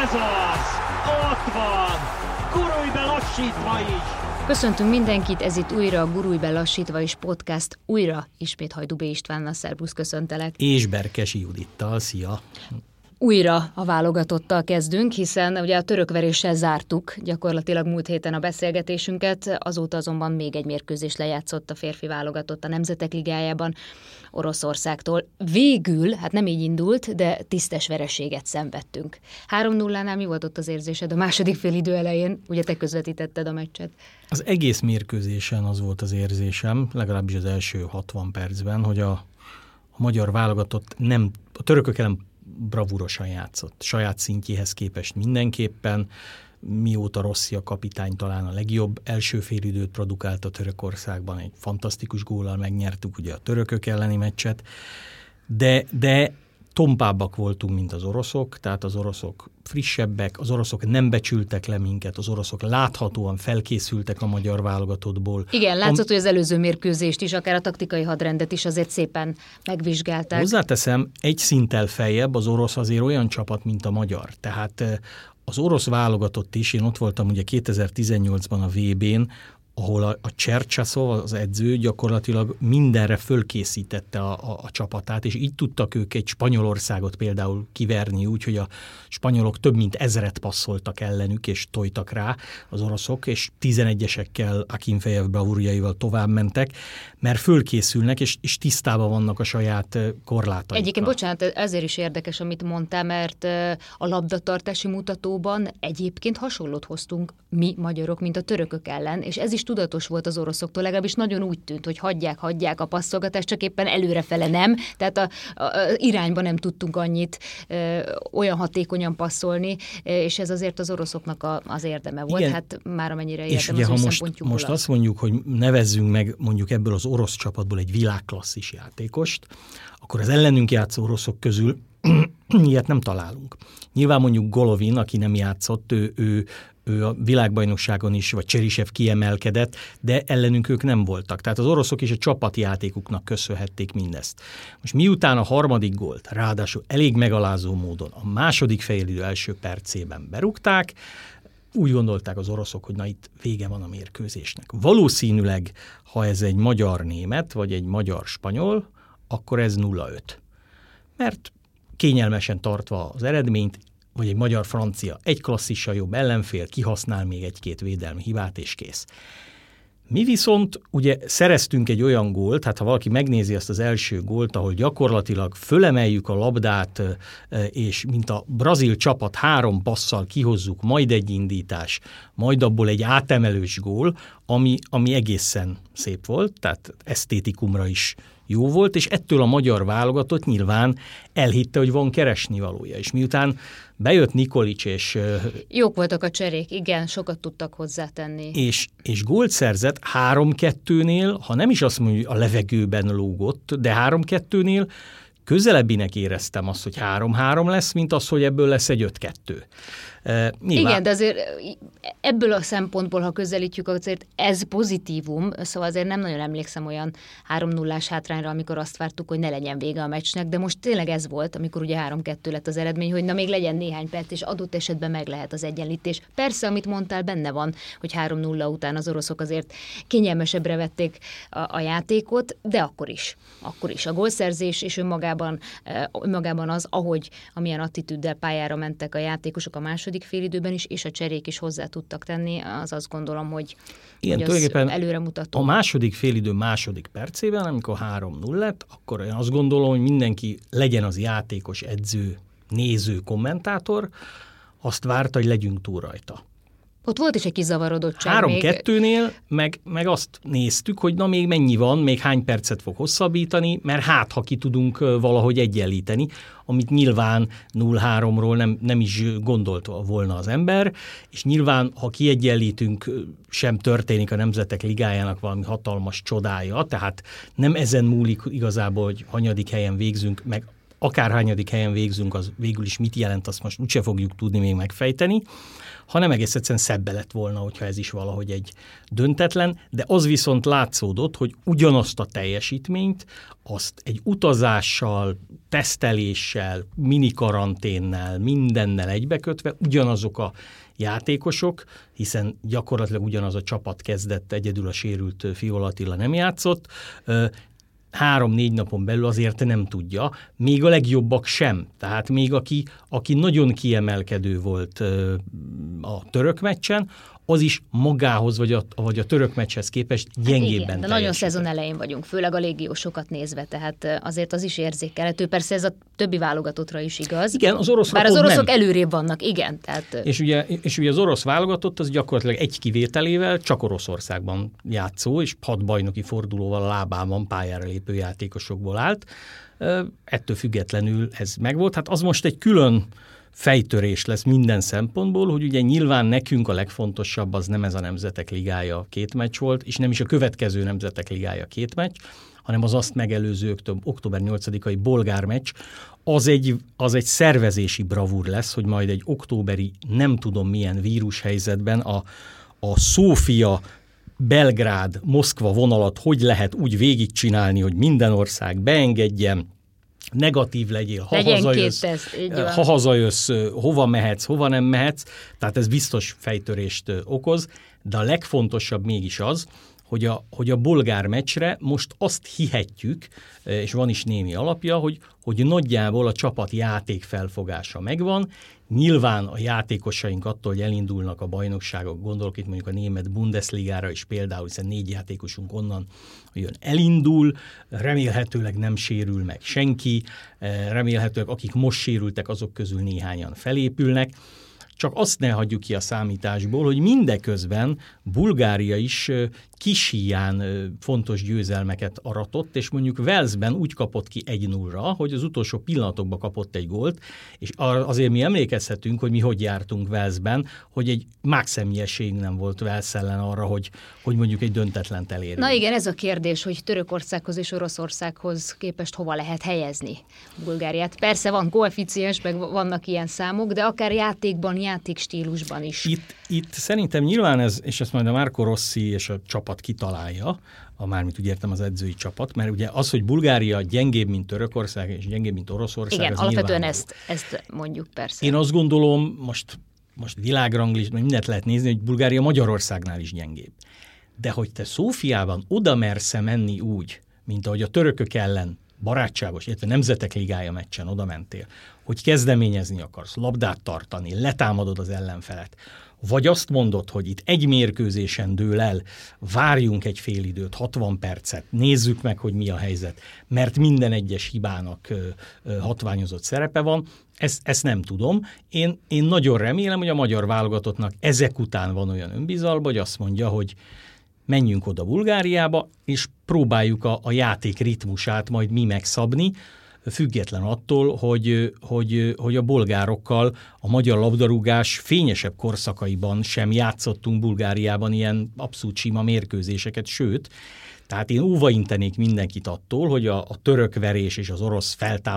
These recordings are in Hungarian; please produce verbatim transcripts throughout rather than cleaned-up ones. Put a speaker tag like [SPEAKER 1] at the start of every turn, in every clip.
[SPEAKER 1] Ez az! Ott van! Gurulj be lassítva is!
[SPEAKER 2] Köszöntünk mindenkit, ez itt újra a Gurulj be lassítva is podcast, újra ismét Hajdú B. Istvánnal, szervusz, köszöntelek.
[SPEAKER 3] És Berkesi Judittal, szia!
[SPEAKER 2] Újra a válogatottal kezdünk, hiszen ugye a törökveréssel zártuk gyakorlatilag múlt héten a beszélgetésünket, azóta azonban még egy mérkőzés lejátszott a férfi válogatott a Nemzetek Ligájában Oroszországtól. Végül, hát nem így indult, de tisztes vereséget szenvedtünk. három nullánál mi volt ott az érzésed a második félidő elején? Ugye te közvetítetted a meccset.
[SPEAKER 3] Az egész mérkőzésen az volt az érzésem, legalábbis az első hatvan percben, hogy a, a magyar válogatott nem, a törökök ellen bravúrosan játszott. Saját szintjéhez képest mindenképpen, mióta Rossi a kapitány talán a legjobb első félidőt produkált a Törökországban, egy fantasztikus góllal megnyertük ugye a törökök elleni meccset, de, de tompábbak voltunk, mint az oroszok, tehát az oroszok frissebbek, az oroszok nem becsültek le minket, az oroszok láthatóan felkészültek a magyar válogatottból.
[SPEAKER 2] Igen, látszott, hogy az előző mérkőzést is, akár a taktikai hadrendet is azért szépen megvizsgálták.
[SPEAKER 3] Hozzáteszem, egy szinttel feljebb az orosz azért olyan csapat, mint a magyar. Tehát az orosz válogatott is, én ott voltam ugye kétezer-tizennyolcban a vé bén, ahol a, a Csercsaszov, az edző gyakorlatilag mindenre fölkészítette a, a, a csapatát, és így tudtak ők egy Spanyolországot például kiverni úgy, hogy a spanyolok több mint ezret passzoltak ellenük, és tojtak rá az oroszok, és tizenegyesekkel Akinfejev bravúrjaival tovább mentek, mert fölkészülnek, és, és tisztában vannak a saját korlátaikkal.
[SPEAKER 2] Egyébként, bocsánat, ezért is érdekes, amit mondtál, mert a labdatartási mutatóban egyébként hasonlót hoztunk mi magyarok, mint a törökök ellen, és ez is tudatos volt az oroszoktól, legalábbis nagyon úgy tűnt, hogy hagyják, hagyják a passzolgatást, csak éppen előrefele nem, tehát a, a, a irányba nem tudtunk annyit ö, olyan hatékonyan passzolni, és ez azért az oroszoknak a, az érdeme volt,
[SPEAKER 3] igen.
[SPEAKER 2] Hát már amennyire
[SPEAKER 3] és
[SPEAKER 2] értem
[SPEAKER 3] ugye,
[SPEAKER 2] az
[SPEAKER 3] ha
[SPEAKER 2] ő
[SPEAKER 3] most,
[SPEAKER 2] szempontjukból.
[SPEAKER 3] most azt mondjuk, hogy nevezzünk meg mondjuk ebből az orosz csapatból egy világklasszis játékost, akkor az ellenünk játszó oroszok közül ilyet nem találunk. Nyilván mondjuk Golovin, aki nem játszott, ő, ő ő a világbajnokságon is, vagy Cserisev kiemelkedett, de ellenünk ők nem voltak. Tehát az oroszok is a csapatjátékuknak köszönhették mindezt. Most miután a harmadik gólt, ráadásul elég megalázó módon a második félidő első percében berúgták, úgy gondolták az oroszok, hogy na itt vége van a mérkőzésnek. Valószínűleg, ha ez egy magyar-német, vagy egy magyar-spanyol, akkor ez nulla öt. Mert kényelmesen tartva az eredményt, vagy egy magyar-francia, egy klasszissal jobb ellenfél, kihasznál még egy-két védelmi hibát, és kész. Mi viszont ugye szereztünk egy olyan gólt, hát ha valaki megnézi ezt az első gólt, ahol gyakorlatilag fölemeljük a labdát, és mint a brazil csapat három passzal kihozzuk, majd egy indítás, majd abból egy átemelős gól, ami, ami egészen szép volt, tehát esztétikumra is jó volt, és ettől a magyar válogatott nyilván elhitte, hogy van keresnivalója. És miután bejött Nikolić, és...
[SPEAKER 2] Jók voltak a cserék, igen, sokat tudtak hozzátenni.
[SPEAKER 3] És, és gólt szerzett három kettőnél, ha nem is azt mondjuk, hogy a levegőben lógott, de három kettőnél közelebbinek éreztem azt, hogy három három lesz, mint az, hogy ebből lesz egy öt kettő. Uh,
[SPEAKER 2] Igen, de azért ebből a szempontból, ha közelítjük, azért ez pozitívum, szóval azért nem nagyon emlékszem olyan három nullás hátrányra, amikor azt vártuk, hogy ne legyen vége a meccsnek, de most tényleg ez volt, amikor ugye három kettő lett az eredmény, hogy na még legyen néhány perc, és adott esetben meg lehet az egyenlítés. Persze, amit mondtál, benne van, hogy három nulla után az oroszok azért kényelmesebbre vették a, a játékot, de akkor is. Akkor is. A gólszerzés és önmagában, önmagában az, ahogy amilyen attitűddel pályára mentek a játékosok a második félidőben is, és a cserék is hozzá tudtak tenni, az azt gondolom, hogy,
[SPEAKER 3] igen,
[SPEAKER 2] hogy az előremutató.
[SPEAKER 3] A második félidő második percében, amikor három nulla lett, akkor én azt gondolom, hogy mindenki legyen az játékos, edző, néző, kommentátor, azt várta, hogy legyünk túl rajta.
[SPEAKER 2] Ott volt is egy kis zavarodottság.
[SPEAKER 3] három
[SPEAKER 2] még.
[SPEAKER 3] kettőnél meg, meg azt néztük, hogy na még mennyi van, még hány percet fog hosszabbítani, mert hát ha ki tudunk valahogy egyenlíteni, amit nyilván nulla háromról nem, nem is gondolt volna az ember, és nyilván, ha kiegyenlítünk, sem történik a Nemzetek Ligájának valami hatalmas csodája, tehát nem ezen múlik igazából, hogy hanyadik helyen végzünk, meg akárhányadik helyen végzünk, az végül is mit jelent, azt most úgyse fogjuk tudni még megfejteni, hanem egész egyszerűen szebbe lett volna, hogyha ez is valahogy egy döntetlen, de az viszont látszódott, hogy ugyanazt a teljesítményt, azt egy utazással, teszteléssel, minikaranténnel, mindennel egybekötve ugyanazok a játékosok, hiszen gyakorlatilag ugyanaz a csapat kezdett, egyedül a sérült Fiol Attila nem játszott, három-négy napon belül azért nem tudja, még a legjobbak sem. Tehát még aki, aki nagyon kiemelkedő volt a török meccsen, az is magához vagy a, vagy a török meccshez képest gyengébben
[SPEAKER 2] hát igen, de nagyon szezon elején vagyunk, főleg a légiósokat nézve, tehát azért az is érzékelhető. Persze ez a többi válogatottra is igaz.
[SPEAKER 3] Igen, az oroszok
[SPEAKER 2] Bár az oroszok
[SPEAKER 3] nem.
[SPEAKER 2] előrébb vannak, igen. Tehát...
[SPEAKER 3] És, ugye, és ugye az orosz válogatott az gyakorlatilag egy kivételével csak Oroszországban játszó, és hat bajnoki fordulóval a lábában pályára lépő játékosokból állt. Ettől függetlenül ez megvolt. Hát az most egy külön fejtörés lesz minden szempontból, hogy ugye nyilván nekünk a legfontosabb az nem ez a Nemzetek Ligája két meccs volt, és nem is a következő Nemzetek Ligája két meccs, hanem az azt megelőző október nyolcadikai bolgár meccs, az egy, az egy szervezési bravúr lesz, hogy majd egy októberi nem tudom milyen vírushelyzetben a, a Szófia, Belgrád, Moszkva vonalat hogy lehet úgy végigcsinálni, hogy minden ország beengedjen, negatív legyél, ha hazajössz,
[SPEAKER 2] teszt,
[SPEAKER 3] ha hazajössz, hova mehetsz, hova nem mehetsz, tehát ez biztos fejtörést okoz, de a legfontosabb mégis az, hogy a, hogy a bolgár meccsre most azt hihetjük, és van is némi alapja, hogy, hogy nagyjából a csapat játékfelfogása megvan. Nyilván a játékosaink attól, hogy elindulnak a bajnokságok, gondolok itt mondjuk a német Bundesligára is például, hiszen négy játékosunk onnan jön, elindul, remélhetőleg nem sérül meg senki, remélhetőleg akik most sérültek, azok közül néhányan felépülnek. Csak azt ne hagyjuk ki a számításból, hogy mindeközben Bulgária is kis híján fontos győzelmeket aratott, és mondjuk Walesben úgy kapott ki egy nullra, hogy az utolsó pillanatokban kapott egy gólt, és azért mi emlékezhetünk, hogy mi hogy jártunk Walesben, hogy egy mákszemnyi esélyünk nem volt Wales ellen arra, hogy, hogy mondjuk egy döntetlent elérjünk.
[SPEAKER 2] Na igen, ez a kérdés, hogy Törökországhoz és Oroszországhoz képest hova lehet helyezni Bulgáriát. Persze van koeficiens, meg vannak ilyen számok, de akár játékban, játékstílusban is.
[SPEAKER 3] Itt, itt szerintem nyilván ez, és ezt majd a Marco Rossi és a csapat kitalálja, a mármint úgy értem az edzői csapat, mert ugye az, hogy Bulgária gyengébb, mint Törökország, és gyengébb, mint Oroszország,
[SPEAKER 2] igen,
[SPEAKER 3] az
[SPEAKER 2] alapvetően ezt, ezt mondjuk persze.
[SPEAKER 3] Én azt gondolom, most, most világranglis, mindent lehet nézni, hogy Bulgária Magyarországnál is gyengébb. De hogy te Szófiában oda mersz menni úgy, mint ahogy a törökök ellen barátságos, illetve Nemzetek Ligája meccsen oda mentél, hogy kezdeményezni akarsz, labdát tartani, letámadod az ellenfelet, vagy azt mondod, hogy itt egy mérkőzésen dől el, várjunk egy fél időt, hatvan percet, nézzük meg, hogy mi a helyzet, mert minden egyes hibának ö, ö, hatványozott szerepe van, ezt, ezt nem tudom. Én, én nagyon remélem, hogy a magyar válogatottnak ezek után van olyan önbizalma, hogy azt mondja, hogy menjünk oda Bulgáriába, és próbáljuk a, a játék ritmusát majd mi megszabni, független attól, hogy, hogy, hogy a bolgárokkal a magyar labdarúgás fényesebb korszakaiban sem játszottunk Bulgáriában ilyen abszolút sima mérkőzéseket, sőt, tehát én óvaintenék mindenkit attól, hogy a, a török verés és az orosz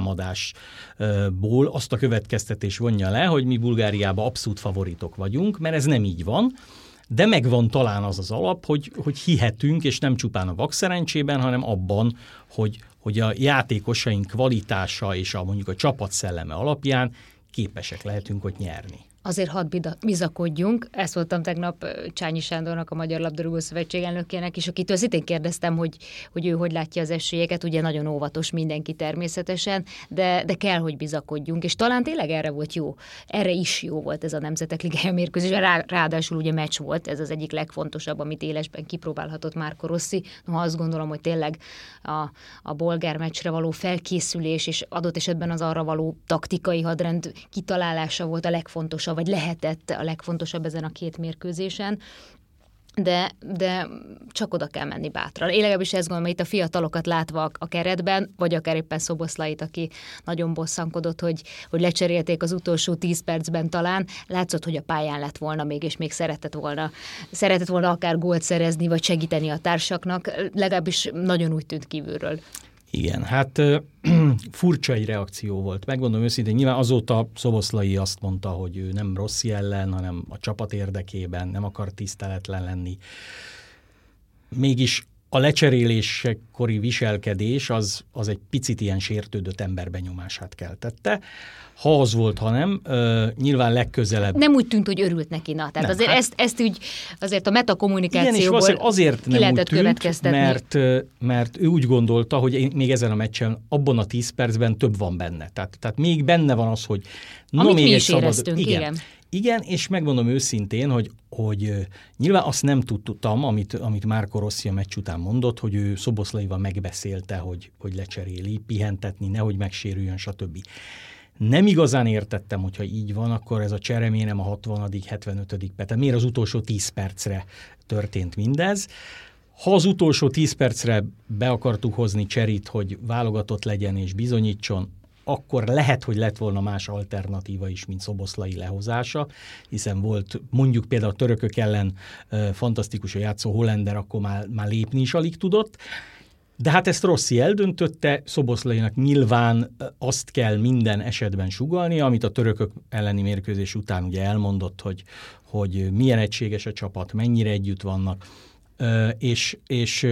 [SPEAKER 3] feltámadásból azt a következtetés vonja le, hogy mi Bulgáriában abszolút favoritok vagyunk, mert ez nem így van. De megvan talán az az alap, hogy, hogy hihetünk, és nem csupán a vakszerencsében, hanem abban, hogy, hogy a játékosaink kvalitása és a, mondjuk a csapat szelleme alapján képesek lehetünk ott nyerni.
[SPEAKER 2] Azért hadd bizakodjunk. Ezt voltam tegnap Csányi Sándornak, a Magyar Labdarúgó Szövetség elnökének is, akitől szintén kérdeztem, hogy, hogy ő hogy látja az esélyeket. Ugye nagyon óvatos mindenki természetesen, de, de kell, hogy bizakodjunk. És talán tényleg erre volt jó. Erre is jó volt ez a Nemzetek Ligája mérkőzés. Rá, ráadásul ugye meccs volt, ez az egyik legfontosabb, amit élesben kipróbálhatott Marco Rossi. No, azt gondolom, hogy tényleg a, a bolgár meccsre való felkészülés, és adott esetben az arra való taktikai hadrend kitalálása volt a legfontosabb, vagy lehetett a legfontosabb ezen a két mérkőzésen, de, de csak oda kell menni bátran. Én legalábbis ezt gondolom, itt a fiatalokat látva a keretben, vagy akár éppen Szoboszlait, aki nagyon bosszankodott, hogy, hogy lecserélték az utolsó tíz percben talán, látszott, hogy a pályán lett volna még, és még szeretett volna, szeretett volna akár gólt szerezni, vagy segíteni a társaknak, legalábbis nagyon úgy tűnt kívülről.
[SPEAKER 3] Igen, hát furcsa egy reakció volt. Megmondom őszintén, nyilván azóta Szoboszlai azt mondta, hogy ő nem Rossi ellen, hanem a csapat érdekében, nem akar tiszteletlen lenni. Mégis a lecserélésekori viselkedés az, az egy picit ilyen sértődött emberbenyomását keltette. Ha az volt, ha nem, uh, nyilván legközelebb...
[SPEAKER 2] Nem úgy tűnt, hogy örült neki, na. Tehát nem, azért hát... ezt, ezt úgy azért a metakommunikációból
[SPEAKER 3] igen, és azért nem
[SPEAKER 2] úgy
[SPEAKER 3] tűnt, mert, mert ő úgy gondolta, hogy még ezen a meccsen abban a tíz percben több van benne. Tehát, tehát még benne van az, hogy...
[SPEAKER 2] No, amit még mi is szabad... éreztünk, igen. igen.
[SPEAKER 3] Igen, és megmondom őszintén, hogy, hogy nyilván azt nem tudtam, amit, amit Marco Rossi a meccs után mondott, hogy ő Szoboszlaival megbeszélte, hogy, hogy lecseréli, pihentetni, nehogy megsérüljön, stb. Nem igazán értettem, hogyha így van, akkor ez a csere miért nem a hatvanadik, hetvenötödik perc, tehát miért az utolsó tíz percre történt mindez. Ha az utolsó tíz percre be akartuk hozni Cserit, hogy válogatott legyen és bizonyítson, akkor lehet, hogy lett volna más alternatíva is, mint Szoboszlai lehozása, hiszen volt mondjuk például a törökök ellen e, fantasztikusan játszó Hollander, akkor már, már lépni is alig tudott, de hát ezt Rossi eldöntötte, Szoboszlainak nyilván azt kell minden esetben sugallnia, amit a törökök elleni mérkőzés után ugye elmondott, hogy, hogy milyen egységes a csapat, mennyire együtt vannak, e, és, és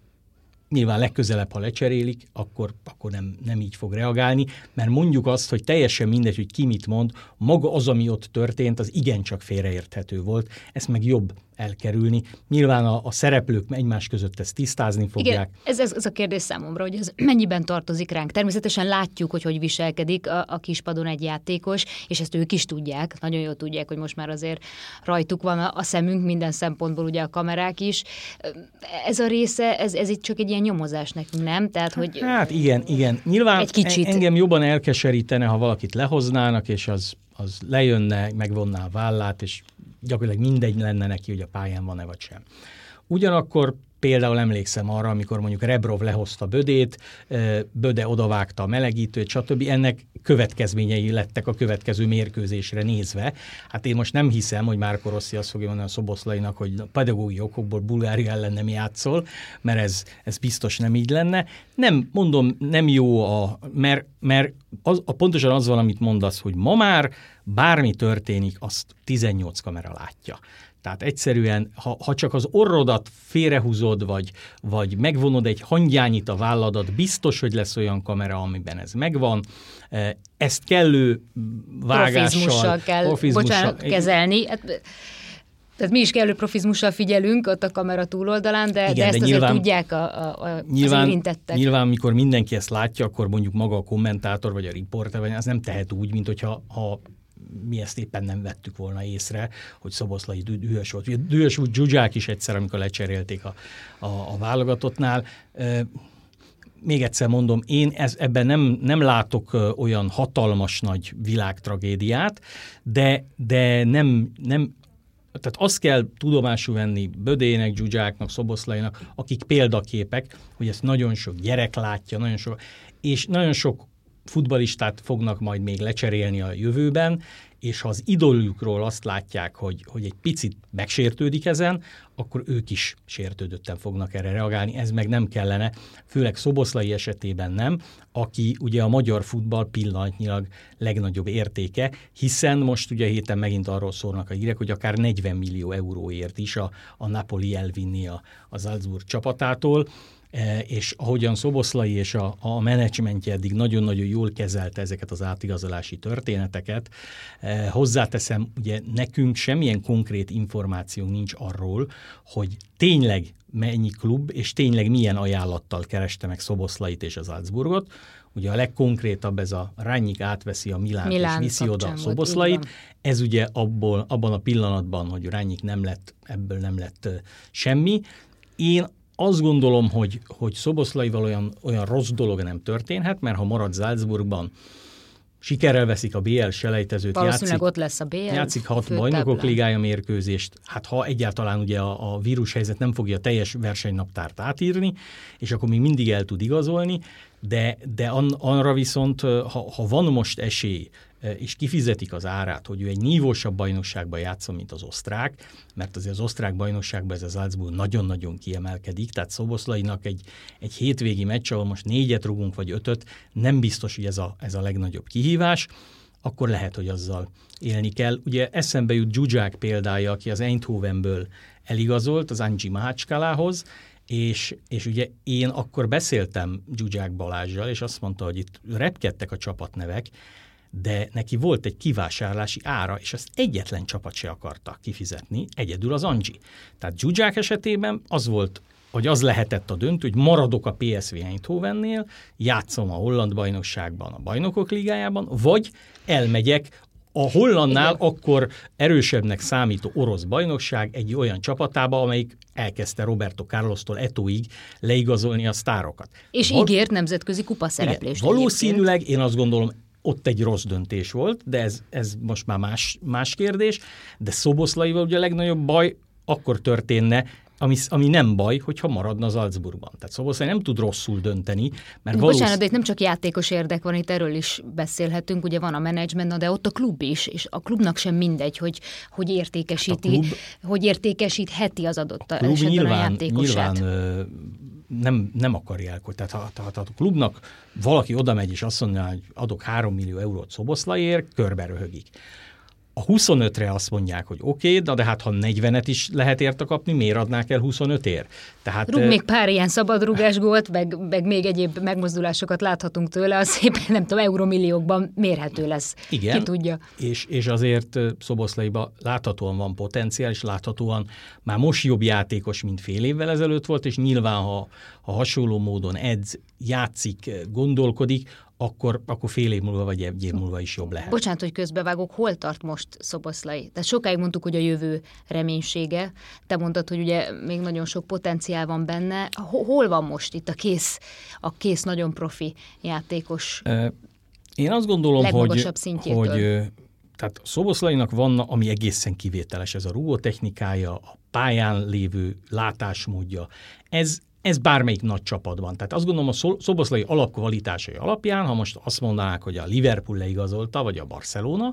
[SPEAKER 3] nyilván legközelebb, ha lecserélik, akkor, akkor nem, nem így fog reagálni, mert mondjuk azt, hogy teljesen mindegy, hogy ki mit mond, maga az, ami ott történt, az igencsak félreérthető volt. Ezt meg jobb elkerülni. Nyilván a, a szereplők egymás között ezt tisztázni fogják.
[SPEAKER 2] Igen, ez, ez, ez a kérdés számomra, hogy ez mennyiben tartozik ránk. Természetesen látjuk, hogy hogy viselkedik a, a kispadon egy játékos, és ezt ők is tudják, nagyon jól tudják, hogy most már azért rajtuk van a, a szemünk minden szempontból, ugye a kamerák is. Ez a része, ez, ez itt csak egy ilyen nyomozás nekünk, nem? Tehát, hogy
[SPEAKER 3] hát igen, igen. Nyilván egy kicsit. Engem jobban elkeserítene, ha valakit lehoznának, és az, az lejönne, megvonná a vállát, és gyakorlatilag mindegy lenne neki, hogy a pályán van-e vagy sem. Ugyanakkor például emlékszem arra, amikor mondjuk Rebrov lehozta Bödét, Böde odavágta a melegítőt, stb. Ennek következményei lettek a következő mérkőzésre nézve. Hát én most nem hiszem, hogy Marco Rossi azt fogja mondani a Szoboszlainak, hogy pedagógiai okokból Bulgária ellen nem játszol, mert ez, ez biztos nem így lenne. Nem, mondom, nem jó, a, mert, mert az, a pontosan az van, amit mondasz, hogy ma már bármi történik, azt tizennyolc kamera látja. Tehát egyszerűen, ha, ha csak az orrodat félrehúzod, vagy, vagy megvonod egy hangyányit a válladat, biztos, hogy lesz olyan kamera, amiben ez megvan. Ezt kellő vágással,
[SPEAKER 2] profizmussal kell profizmussal, bocsánat, kezelni. Hát, tehát mi is kellő profizmussal figyelünk ott a kamera túloldalán, de, igen, de ezt de nyilván, azért tudják a, a, a,
[SPEAKER 3] nyilván,
[SPEAKER 2] az érintettek.
[SPEAKER 3] Nyilván, amikor mindenki ezt látja, akkor mondjuk maga a kommentátor, vagy a riporter, vagy az nem tehet úgy, mint hogyha ha mi ezt éppen nem vettük volna észre, hogy Szoboszlai dühös volt. Dühös volt Zsuzsák is egyszer, amikor lecserélték a, a, a válogatottnál. E, még egyszer mondom, én ez, ebben nem, nem látok olyan hatalmas nagy világtragédiát, de, de nem, nem, tehát azt kell tudomásul venni Bödének, Zsuzsáknak, Szoboszlainak, akik példaképek, hogy ezt nagyon sok gyerek látja, nagyon sok, és nagyon sok futballistát fognak majd még lecserélni a jövőben, és ha az idoljukról azt látják, hogy, hogy egy picit megsértődik ezen, akkor ők is sértődötten fognak erre reagálni, ez meg nem kellene, főleg Szoboszlai esetében nem, aki ugye a magyar futball pillanatnyilag legnagyobb értéke, hiszen most ugye héten megint arról szólnak a hírek, hogy akár negyven millió euróért is a, a Napoli elvinni a, a Salzburg csapatától, és ahogyan Szoboszlai és a, a menedzsmentje eddig nagyon-nagyon jól kezelte ezeket az átigazolási történeteket. Hozzáteszem, ugye nekünk semmilyen konkrét információnk nincs arról, hogy tényleg mennyi klub és tényleg milyen ajánlattal kereste meg Szoboszlait és az Salzburgot. Ugye a legkonkrétabb ez a Rangnick átveszi a Milánt Milán és viszi oda Szoboszlait. Ez ugye abból, abban a pillanatban, hogy Rangnick nem lett, ebből nem lett semmi. Én azt gondolom, hogy, hogy Szoboszlaival olyan, olyan rossz dolog nem történhet, mert ha marad Salzburgban, sikerrel veszik a bé el selejtezőt,
[SPEAKER 2] valószínűleg ott lesz a bé el,
[SPEAKER 3] játszik hat bajnokok ligája mérkőzést, hát ha egyáltalán ugye a, a vírushelyzet nem fogja a teljes versenynaptárt átírni, és akkor még mindig el tud igazolni, de, de an, arra viszont, ha, ha van most esély és kifizetik az árát, hogy ő egy nívósabb bajnokságban játszon, mint az osztrák, mert azért az osztrák bajnokságban ez az Salzburg nagyon-nagyon kiemelkedik, tehát Szoboszlainak egy, egy hétvégi meccs, ahol most négyet rugunk, vagy ötöt, nem biztos, hogy ez a, ez a legnagyobb kihívás, akkor lehet, hogy azzal élni kell. Ugye eszembe jut Zsuzsák példája, aki az Eindhovenből eligazolt az Anji Mahacskálához, és, és ugye én akkor beszéltem Zsuzsák Balázsjal, és azt mondta, hogy itt repkedtek a csapatnevek, de neki volt egy kivásárlási ára, és azt egyetlen csapat se akarta kifizetni, egyedül az Anji. Tehát Zsuzsák esetében az volt, hogy az lehetett a döntő, hogy maradok a pé es vé Eindhovennél, játszom a holland bajnokságban, a bajnokok ligájában, vagy elmegyek a hollandnál igen. akkor erősebbnek számító orosz bajnokság egy olyan csapatába, amelyik elkezdte Roberto Carlostól Eto'ig leigazolni a sztárokat.
[SPEAKER 2] És Val- ígért nemzetközi kupaszereplést.
[SPEAKER 3] Valószínűleg egyébként. Én azt gondolom, ott egy rossz döntés volt, de ez, ez most már más, más kérdés, de Szoboszlaival ugye a legnagyobb baj akkor történne, Ami, ami nem baj, hogyha maradna az Salzburgban. Tehát Szoboszlai nem tud rosszul dönteni, mert
[SPEAKER 2] de
[SPEAKER 3] valósz...
[SPEAKER 2] Bocsánat, de itt nem csak játékos érdek van, itt erről is beszélhetünk, ugye van a menedzsment, de ott a klub is, és a klubnak sem mindegy, hogy, hogy értékesíti, hát klub... hogy értékesítheti az adott a esetben nyilván, a játékosát.
[SPEAKER 3] Nyilván nem, nem akarják, hogy tehát ha, ha, ha a klubnak valaki oda megy, és azt mondja, hogy adok három millió eurót Szoboszlaiért, körbe röhögik. A huszonötre azt mondják, hogy oké, okay, de hát ha negyvenet is lehet érte kapni, miért adnák el huszonötért? Tehát,
[SPEAKER 2] Rúg még pár ilyen szabadrúgás gólt, meg, meg még egyéb megmozdulásokat láthatunk tőle, az szépen nem tudom, euromilliókban mérhető lesz.
[SPEAKER 3] Igen,
[SPEAKER 2] ki tudja.
[SPEAKER 3] És, és azért Szoboszlaiban láthatóan van potenciál, és láthatóan már most jobb játékos, mint fél évvel ezelőtt volt, és nyilván, ha, ha hasonló módon edz, játszik, gondolkodik, akkor, akkor fél év múlva vagy egy év múlva is jobb lehet.
[SPEAKER 2] Bocsánat, hogy közbevágok, hol tart most Szoboszlai? Tehát sokáig mondtuk, hogy a jövő reménysége. Te mondtad, hogy ugye még nagyon sok potenciál van benne. Hol van most itt a kész, a kész nagyon profi játékos?
[SPEAKER 3] Én azt gondolom, hogy, hogy tehát Szoboszlainak van, ami egészen kivételes, ez a rúgótechnikája, a pályán lévő látásmódja. Ez Ez bármelyik nagy csapatban. Tehát azt gondolom, a Szoboszlai alapkvalitásai alapján, ha most azt mondanák, hogy a Liverpool leigazolta, vagy a Barcelona,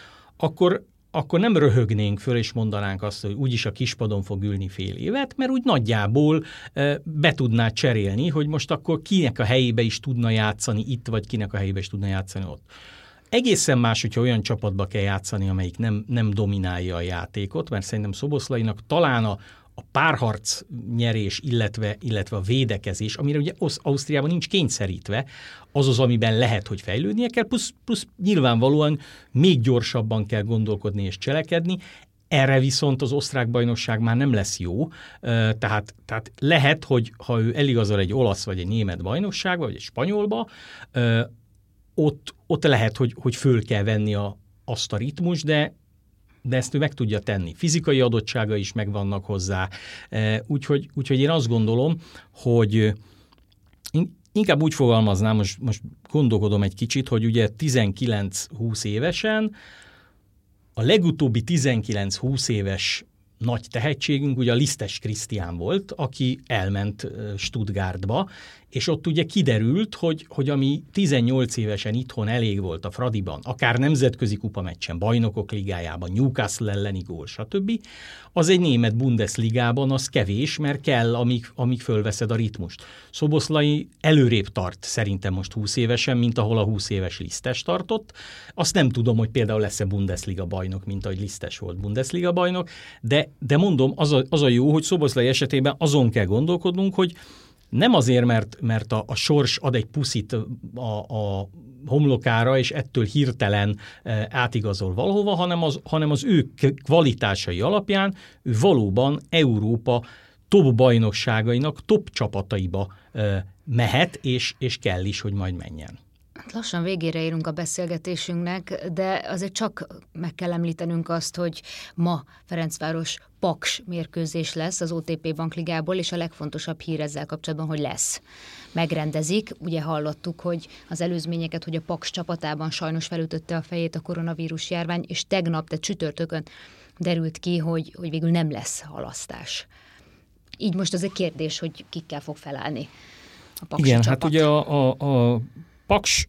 [SPEAKER 3] akkor, akkor nem röhögnénk föl, és mondanánk azt, hogy úgyis a kispadon fog ülni fél évet, mert úgy nagyjából e, be tudná cserélni, hogy most akkor kinek a helyébe is tudna játszani itt, vagy kinek a helyébe is tudna játszani ott. Egészen más, hogyha olyan csapatba kell játszani, amelyik nem, nem dominálja a játékot, mert szerintem Szoboszlainak talán a a párharc nyerés, illetve, illetve a védekezés, amire ugye Ausztriában nincs kényszerítve, az az, amiben lehet, hogy fejlődnie kell, plusz, plusz nyilvánvalóan még gyorsabban kell gondolkodni és cselekedni. Erre viszont az osztrák bajnokság már nem lesz jó, tehát, tehát lehet, hogy ha ő eligazol egy olasz vagy egy német bajnokságba, vagy egy spanyolba, ott, ott lehet, hogy, hogy föl kell venni a, azt a ritmus, de de ezt ő meg tudja tenni. Fizikai adottsága is megvannak hozzá. Úgyhogy, úgyhogy én azt gondolom, hogy inkább úgy fogalmaznám, most, most gondolkodom egy kicsit, hogy ugye tizenkilenc-húsz évesen a legutóbbi tizenkilenc-húsz éves nagy tehetségünk ugye a Lisztes Krisztián volt, aki elment Stuttgartba, és ott ugye kiderült, hogy, hogy ami tizennyolc évesen itthon elég volt a Fradiban, akár nemzetközi kupameccsen, bajnokok ligájában, Newcastle elleni gól, stb., az egy német Bundesligában az kevés, mert kell, amíg, amíg fölveszed a ritmust. Szoboszlai előrébb tart szerintem most húsz évesen, mint ahol a húsz éves Lisztes tartott. Azt nem tudom, hogy például lesz-e Bundesliga bajnok, mint ahogy Lisztes volt Bundesliga bajnok, de, de mondom, az a, az a jó, hogy Szoboszlai esetében azon kell gondolkodnunk, hogy nem azért, mert, mert a, a sors ad egy puszit a, a homlokára, és ettől hirtelen e, átigazol valahova, hanem az, hanem az ő kvalitásai alapján ő valóban Európa top bajnokságainak top csapataiba e, mehet, és, és kell is, hogy majd menjen.
[SPEAKER 2] Lassan végére érünk a beszélgetésünknek, de azért csak meg kell említenünk azt, hogy ma Ferencváros Paks mérkőzés lesz az o té pé Bankligából, és a legfontosabb hír ezzel kapcsolatban, hogy lesz. Megrendezik, ugye hallottuk, hogy az előzményeket, hogy a Paks csapatában sajnos felütötte a fejét a koronavírus járvány, és tegnap, tehát csütörtökön derült ki, hogy, hogy végül nem lesz halasztás. Így most az egy kérdés, hogy kikkel fog felállni a Paksi
[SPEAKER 3] Igen,
[SPEAKER 2] csapat.
[SPEAKER 3] hát ugye a, a, a Paks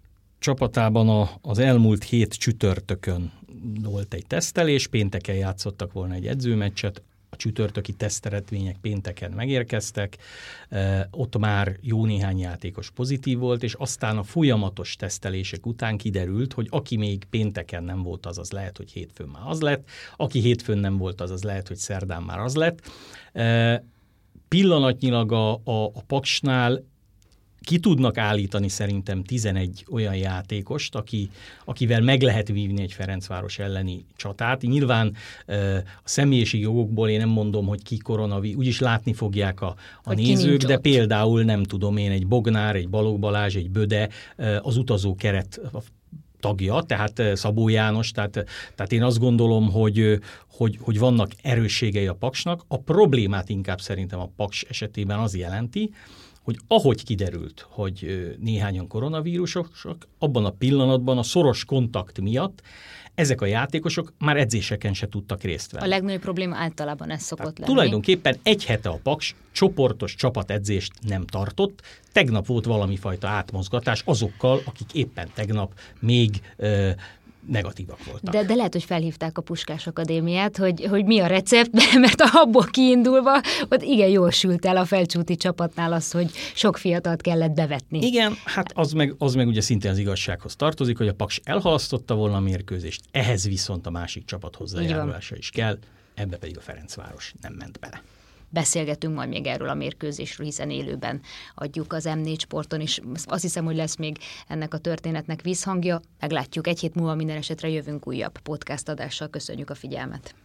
[SPEAKER 3] csapatában a, az elmúlt hét csütörtökön volt egy tesztelés, pénteken játszottak volna egy edzőmeccset, a csütörtöki teszteredmények pénteken megérkeztek, ott már jó néhány játékos pozitív volt, és aztán a folyamatos tesztelések után kiderült, hogy aki még pénteken nem volt, az az lehet, hogy hétfőn már az lett, aki hétfőn nem volt, az az lehet, hogy szerdán már az lett. Pillanatnyilag a, a, a Paksnál ki tudnak állítani szerintem tizenegy olyan játékost, aki, akivel meg lehet vívni egy Ferencváros elleni csatát. Nyilván a személyiségi jogokból én nem mondom, hogy ki koronavírus, úgyis látni fogják a, a nézők, de ott. Például nem tudom én, egy Bognár, egy Balogh Balázs, egy Böde, az utazó keret tagja, tehát Szabó János, tehát, tehát én azt gondolom, hogy, hogy, hogy vannak erősségei a Paksnak. A problémát inkább szerintem a Paks esetében az jelenti, hogy ahogy kiderült, hogy néhányan koronavírusok, abban a pillanatban a szoros kontakt miatt ezek a játékosok már edzéseken se tudtak részt venni.
[SPEAKER 2] A legnagyobb probléma általában ez szokott
[SPEAKER 3] Tehát
[SPEAKER 2] lenni.
[SPEAKER 3] Tulajdonképpen egy hete a Paks csoportos csapatedzést nem tartott, tegnap volt valami fajta átmozgatás azokkal, akik éppen tegnap még ö, negatívak voltak.
[SPEAKER 2] De, de lehet, hogy felhívták a Puskás Akadémiát, hogy, hogy mi a recept, mert abból kiindulva ott igen jól sült el a Felcsúti csapatnál az, hogy sok fiatalt kellett bevetni.
[SPEAKER 3] Igen, hát az meg, az meg ugye szintén az igazsághoz tartozik, hogy a Paks elhalasztotta volna a mérkőzést, ehhez viszont a másik csapat hozzájárulása is kell, ebbe pedig a Ferencváros nem ment bele.
[SPEAKER 2] Beszélgetünk majd még erről a mérkőzésről, hiszen élőben adjuk az em négy Sporton is. Azt hiszem, hogy lesz még ennek a történetnek vízhangja. Meglátjuk, egy hét múlva minden esetre jövünk újabb podcast adással. Köszönjük a figyelmet!